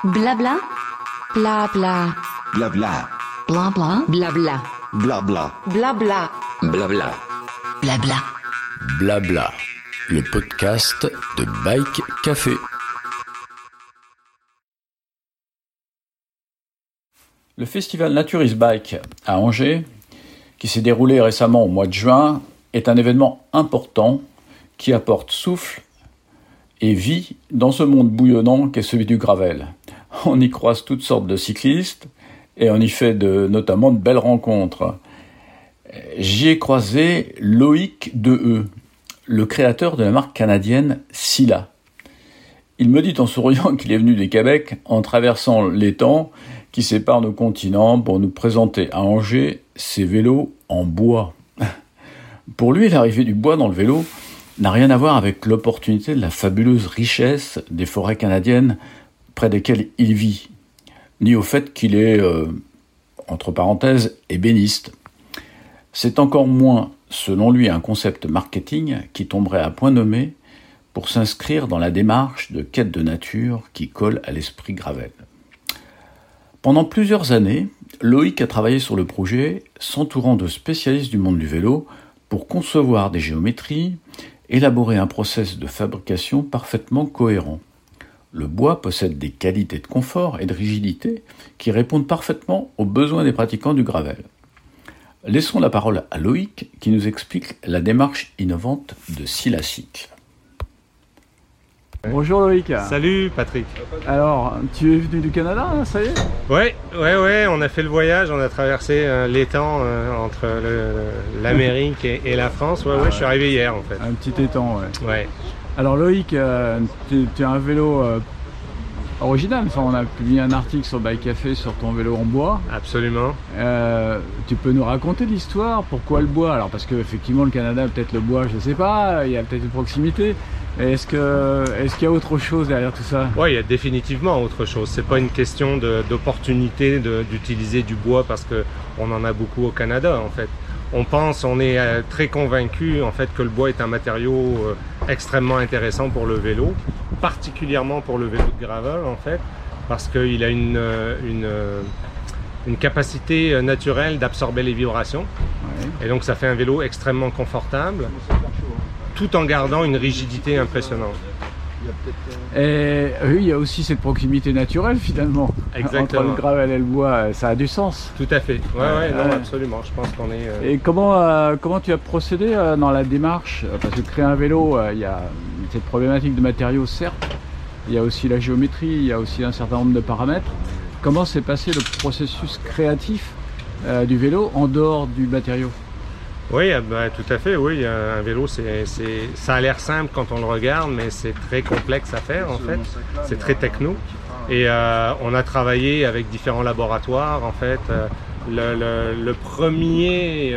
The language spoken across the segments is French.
Blabla. Blabla. Blabla. Blabla. Blabla. Blabla. Blabla. Blabla. Blabla. Blabla, le podcast de Bike Café. Le festival Nature is Bike à Angers, qui s'est déroulé récemment au mois de juin, est un événement important qui apporte souffle et vie dans ce monde bouillonnant qu'est celui du gravel. On y croise toutes sortes de cyclistes et on y fait notamment de belles rencontres. J'y ai croisé Loïc Deheux, le créateur de la marque canadienne Silla. Il me dit en souriant qu'il est venu du Québec en traversant l'étang qui sépare nos continents pour nous présenter à Angers ses vélos en bois. Pour lui, l'arrivée du bois dans le vélo n'a rien à voir avec l'opportunité de la fabuleuse richesse des forêts canadiennes près desquelles il vit, ni au fait qu'il est, entre parenthèses, ébéniste. C'est encore moins, selon lui, un concept marketing qui tomberait à point nommé pour s'inscrire dans la démarche de quête de nature qui colle à l'esprit gravel. Pendant plusieurs années, Loïc a travaillé sur le projet, s'entourant de spécialistes du monde du vélo pour concevoir des géométries, élaborer un process de fabrication parfaitement cohérent. Le bois possède des qualités de confort et de rigidité qui répondent parfaitement aux besoins des pratiquants du gravel. Laissons la parole à Loïc qui nous explique la démarche innovante de Silla Cycle. Bonjour Loïc. Salut Patrick. Alors, tu es venu du Canada, hein, ça y est ? Ouais, on a fait le voyage, on a traversé l'étang entre l'Amérique et la France. Je suis arrivé hier en fait. Un petit étang, ouais. Ouais. Alors Loïc, tu as un vélo original. Enfin, on a publié un article sur Bike Café sur ton vélo en bois. Absolument. Tu peux nous raconter l'histoire ? Pourquoi le bois ? Alors parce qu'effectivement le Canada, peut-être le bois, je sais pas, il y a peut-être une proximité. Est-ce qu'il y a autre chose derrière tout ça ? Oui, il y a définitivement autre chose. C'est pas une question d'opportunité d'utiliser du bois parce qu'on en a beaucoup au Canada en fait. On est très convaincu en fait que le bois est un matériau extrêmement intéressant pour le vélo, particulièrement pour le vélo de gravel en fait, parce qu'il a une capacité naturelle d'absorber les vibrations. Ouais. Et donc ça fait un vélo extrêmement confortable, tout en gardant une rigidité impressionnante. Et oui, il y a aussi cette proximité naturelle finalement. Exactement. Entre le gravel et le bois, ça a du sens. Tout à fait. Non, absolument. Je pense qu'on est. Et comment tu as procédé dans la démarche ? Parce que créer un vélo, il y a cette problématique de matériaux, certes. Il y a aussi la géométrie, il y a aussi un certain nombre de paramètres. Comment s'est passé le processus créatif du vélo en dehors du matériau ? Oui, tout à fait. Oui, un vélo, ça a l'air simple quand on le regarde, mais c'est très complexe à faire en fait. C'est très techno. Et on a travaillé avec différents laboratoires en fait. Le premier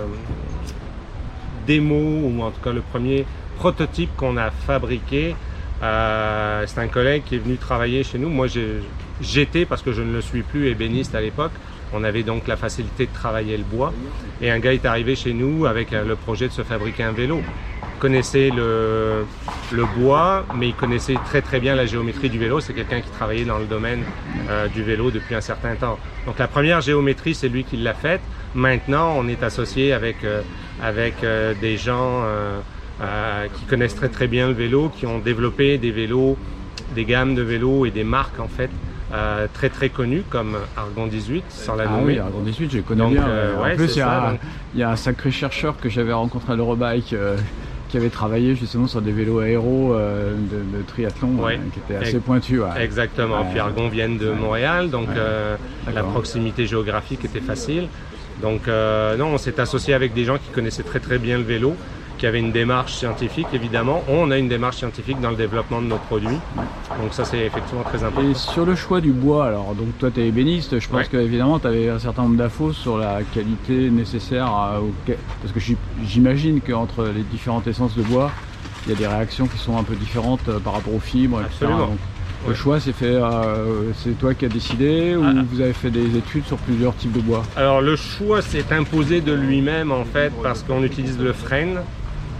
démo, ou en tout cas le premier prototype qu'on a fabriqué, c'est un collègue qui est venu travailler chez nous. Moi, j'étais, parce que je ne le suis plus, ébéniste à l'époque. On avait donc la facilité de travailler le bois. Et un gars est arrivé chez nous avec le projet de se fabriquer un vélo. Il connaissait le bois, mais il connaissait très très bien la géométrie du vélo. C'est quelqu'un qui travaillait dans le domaine du vélo depuis un certain temps. Donc la première géométrie, c'est lui qui l'a faite. Maintenant, on est associé avec des gens qui connaissent très très bien le vélo, qui ont développé des vélos, des gammes de vélos et des marques en fait très très connues comme Argon 18, sans la nommer. Oui, Argon 18, je les connais bien. En plus, il y a un sacré chercheur que j'avais rencontré à l'Eurobike qui avait travaillé justement sur des vélos aéros de triathlon qui étaient assez pointus. Ouais. Exactement. Puis Argon vient de Montréal, donc la proximité géographique était facile. Donc non, on s'est associé avec des gens qui connaissaient très très bien le vélo, qui avait une démarche scientifique, évidemment. On a une démarche scientifique dans le développement de nos produits. Donc ça, c'est effectivement très important. Et sur le choix du bois, alors, donc toi, tu es ébéniste. Je pense qu'évidemment, tu avais un certain nombre d'infos sur la qualité nécessaire. Parce que j'imagine qu'entre les différentes essences de bois, il y a des réactions qui sont un peu différentes par rapport aux fibres, etc. Absolument. Donc, le choix, c'est toi qui as décidé ou vous avez fait des études sur plusieurs types de bois ? Alors, le choix s'est imposé de lui-même, en fait, parce qu'on utilise le frêne.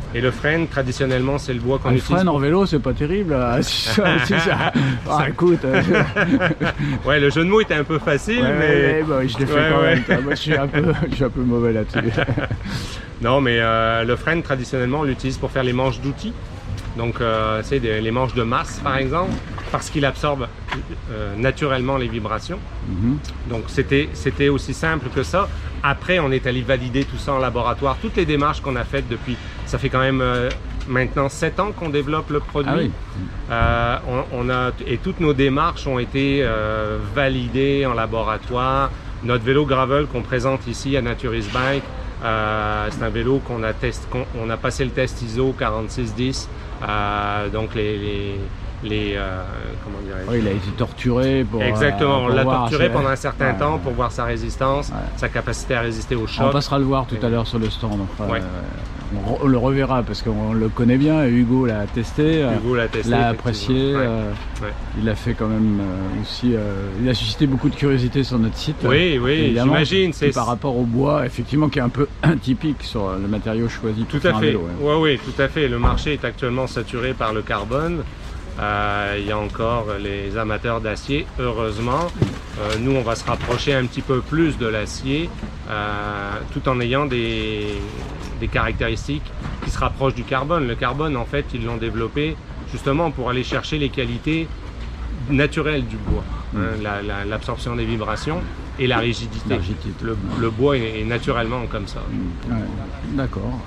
Et le frêne, traditionnellement, c'est le bois qu'on Le utilise. frein en vélo, c'est pas terrible. Écoute. Ouais, le jeu de mots était un peu facile, mais... je l'ai fait quand même. Moi, je suis un peu mauvais là-dessus. Non, mais le frêne, traditionnellement, on l'utilise pour faire les manches d'outils. Donc, c'est les manches de masse, par exemple, parce qu'il absorbe naturellement les vibrations. Donc, c'était aussi simple que ça. Après, on est allé valider tout ça en laboratoire. Toutes les démarches qu'on a faites depuis, ça fait quand même maintenant 7 ans qu'on développe le produit. Ah oui. Et toutes nos démarches ont été validées en laboratoire. Notre vélo gravel qu'on présente ici à Naturist Bike, c'est un vélo qu'on a passé le test ISO 4610. Donc comment dirais-je? Oui, il a été torturé pour. Exactement, on l'a torturé pendant un certain Ouais, temps pour voir sa résistance, sa capacité à résister au choc. On passera le voir tout à l'heure sur le stand. On le reverra parce qu'on le connaît bien. Hugo l'a testé, l'a apprécié. Il a fait quand même aussi. Il a suscité beaucoup de curiosité sur notre site. Oui, j'imagine. C'est par rapport au bois, effectivement, qui est un peu atypique sur le matériau choisi pour faire un vélo. Oui, tout à fait. Le marché est actuellement saturé par le carbone. Il y a encore les amateurs d'acier, heureusement. Nous, on va se rapprocher un petit peu plus de l'acier, tout en ayant des caractéristiques qui se rapprochent du carbone. Le carbone, en fait, ils l'ont développé justement pour aller chercher les qualités naturelles du bois, l'absorption des vibrations et la rigidité. Le bois est naturellement comme ça. Ouais, d'accord.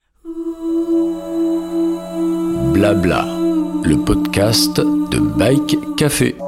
Blabla, le podcast de Bike Café.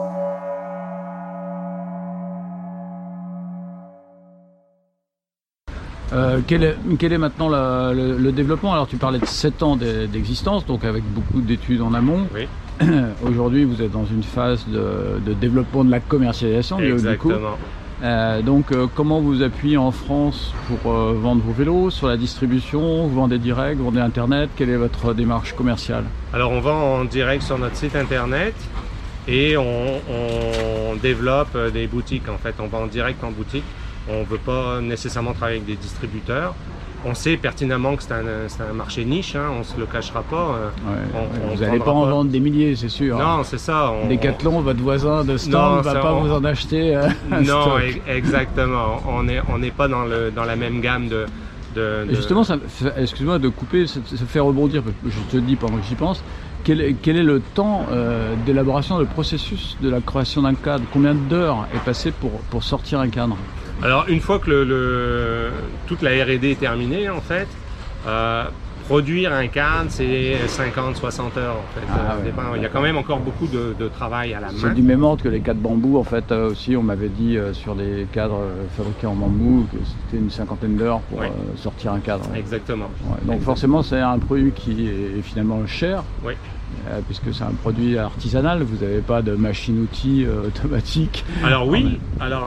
Quel est maintenant le développement? Alors tu parlais de 7 ans d'existence, donc avec beaucoup d'études en amont. Oui. Aujourd'hui vous êtes dans une phase de développement de la commercialisation. Exactement. Donc comment vous appuyez en France pour vendre vos vélos? Sur la distribution, vous vendez direct, vous vendez internet? Quelle est votre démarche commerciale? Alors on vend en direct sur notre site internet et on développe des boutiques. En fait, on vend en direct en boutique. On ne veut pas nécessairement travailler avec des distributeurs. On sait pertinemment que c'est un marché niche, on ne se le cachera pas. Vous n'allez pas en vendre des milliers, c'est sûr. Non, c'est ça. Decathlon, votre voisin de stand, ne va pas vous en acheter. Non, exactement. On n'est pas dans la même gamme de... Justement, excuse-moi de couper, ça fait rebondir, je te le dis pendant que j'y pense. Quel est le temps d'élaboration, le processus de la création d'un cadre? Combien d'heures est passé pour sortir un cadre? Alors, une fois que toute la R&D est terminée, en fait, produire un cadre, c'est 50-60 heures, en fait. Il y a quand même encore beaucoup de travail à la main. C'est du même ordre que les cadres bambou, en fait, aussi, on m'avait dit sur des cadres fabriqués en bambou que c'était une 50aine d'heures pour sortir un cadre. Exactement. Donc forcément, c'est un produit qui est finalement cher. Oui. Puisque c'est un produit artisanal, vous n'avez pas de machine-outil automatique. Alors oui,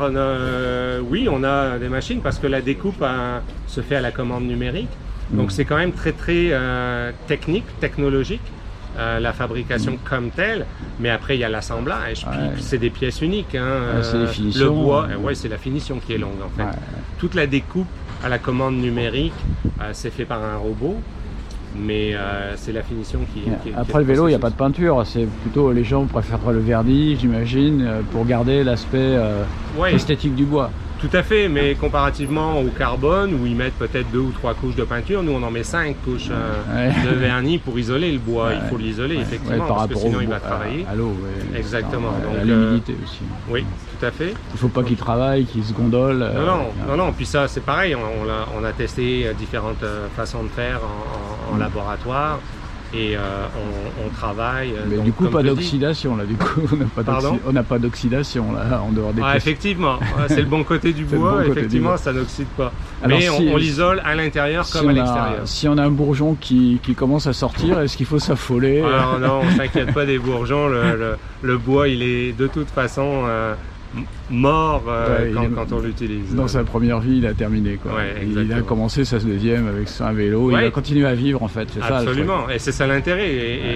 on a des machines parce que la découpe se fait à la commande numérique. Donc c'est quand même très technique, technologique, la fabrication comme telle. Mais après il y a l'assemblage, puis c'est des pièces uniques. C'est les finitions. Le bois, c'est la finition qui est longue en fait. Toute la découpe à la commande numérique, c'est fait par un robot. Mais c'est la finition qui après le vélo, il n'y a pas de peinture, c'est plutôt les gens préfèrent le vernis, j'imagine, pour garder l'aspect esthétique du bois. Tout à fait, mais comparativement au carbone, où ils mettent peut-être 2 ou 3 couches de peinture, nous on en met 5 couches de vernis pour isoler le bois. Il faut l'isoler effectivement, parce que sinon il va travailler. À l'eau, exactement. Donc, à l'humidité aussi. Oui, tout à fait. Il ne faut pas qu'il travaille, qu'il se gondole. Non, puis ça c'est pareil, on a testé différentes façons de faire en laboratoire. Et on travaille. Mais donc, du coup, pas d'oxydation là. Du coup, on n'a pas d'oxydation là en dehors des pièces. Effectivement, c'est le bon côté du bois. Effectivement, ça n'oxyde pas. Alors, mais on l'isole à l'intérieur comme à l'extérieur. Si on a un bourgeon qui commence à sortir, est-ce qu'il faut s'affoler? Alors non, on s'inquiète pas des bourgeons. Le bois, il est de toute façon mort quand on l'utilise. Dans sa première vie, il a terminé. Il a commencé sa deuxième avec un vélo. Il a continué à vivre en fait. Absolument. Et c'est ça l'intérêt.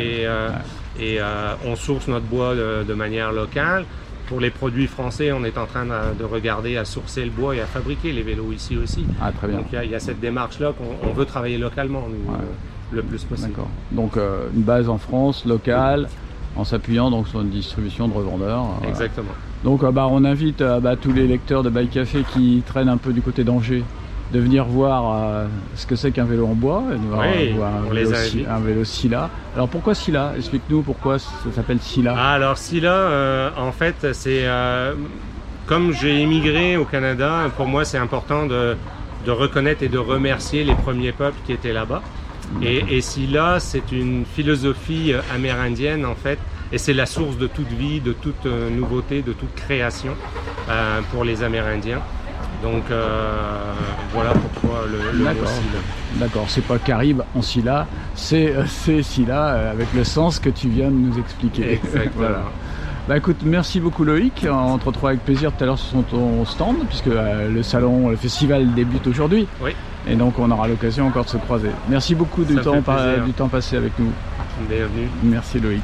Et on source notre bois de manière locale. Pour les produits français, on est en train de regarder à sourcer le bois et à fabriquer les vélos ici aussi. Très bien. Donc il y a cette démarche-là qu'on veut travailler localement. Nous. le plus possible. D'accord. Donc une base en France, locale, en s'appuyant donc sur une distribution de revendeurs. Exactement. Donc on invite tous les lecteurs de Bike Café qui traînent un peu du côté d'Angers de venir voir ce que c'est qu'un vélo en bois, et de voir un vélo Scylla. Alors pourquoi Scylla? Explique-nous pourquoi ça s'appelle Scylla. Alors Scylla, en fait, c'est comme j'ai émigré au Canada, pour moi c'est important de reconnaître et de remercier les premiers peuples qui étaient là-bas. Et Scylla, c'est une philosophie amérindienne en fait, et c'est la source de toute vie, de toute nouveauté, de toute création pour les Amérindiens. Donc voilà pourquoi le mot Scylla. D'accord, c'est pas Caraïbe en Scylla, c'est Scylla avec le sens que tu viens de nous expliquer. Exactement. Voilà. Écoute, merci beaucoup Loïc, on te retrouve avec plaisir tout à l'heure sur ton stand, puisque le festival débute aujourd'hui. Oui. Et donc on aura l'occasion encore de se croiser. Merci beaucoup du temps passé avec nous. Bienvenue. Merci Loïc.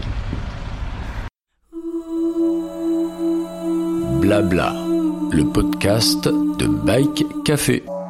Blabla, le podcast de Bike Café.